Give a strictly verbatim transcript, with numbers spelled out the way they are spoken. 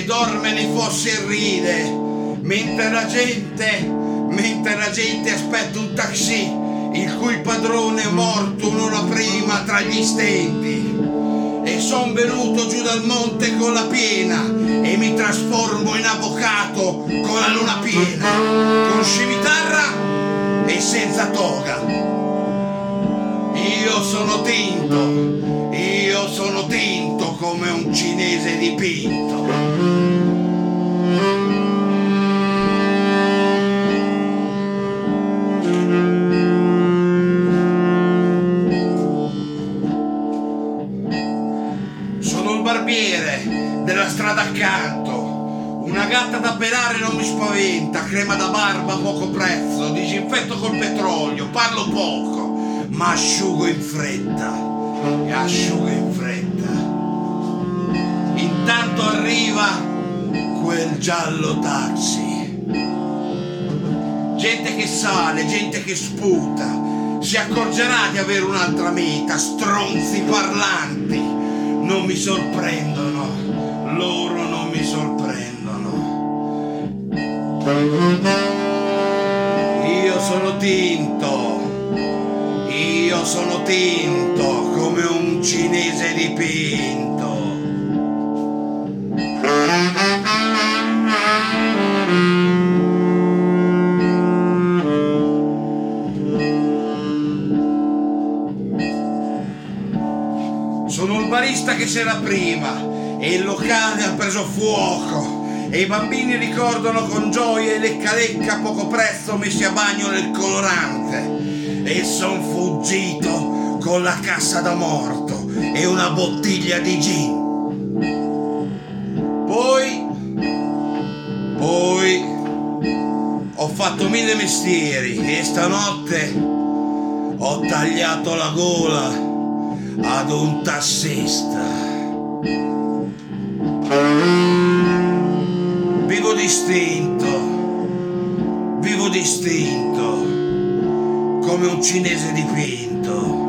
e dorme nei fossi e ride, mentre la gente, mentre la gente aspetta un taxi, il cui padrone è morto un'ora prima tra gli stenti. E son venuto giù dal monte con la piena e mi trasformo in avvocato con la luna piena, con scimitarra e senza toga. Io sono tinto, io sono tinto come un cinese dipinto. Della strada accanto, una gatta da pelare non mi spaventa, crema da barba a poco prezzo, disinfetto col petrolio, parlo poco, ma asciugo in fretta, e asciugo in fretta. Intanto arriva quel giallo taxi, gente che sale, gente che sputa, si accorgerà di avere un'altra meta, stronzi parlanti, non mi sorprendono, loro non mi sorprendono. Io sono tinto, io sono tinto come un cinese dipinto. Sono il barista che c'era prima e il locale ha preso fuoco e i bambini ricordano con gioia i lecca lecca a poco prezzo messi a bagno nel colorante, e son fuggito con la cassa da morto e una bottiglia di gin. Poi, poi ho fatto mille mestieri e stanotte ho tagliato la gola ad un tassista. Vivo distinto, vivo distinto come un cinese dipinto.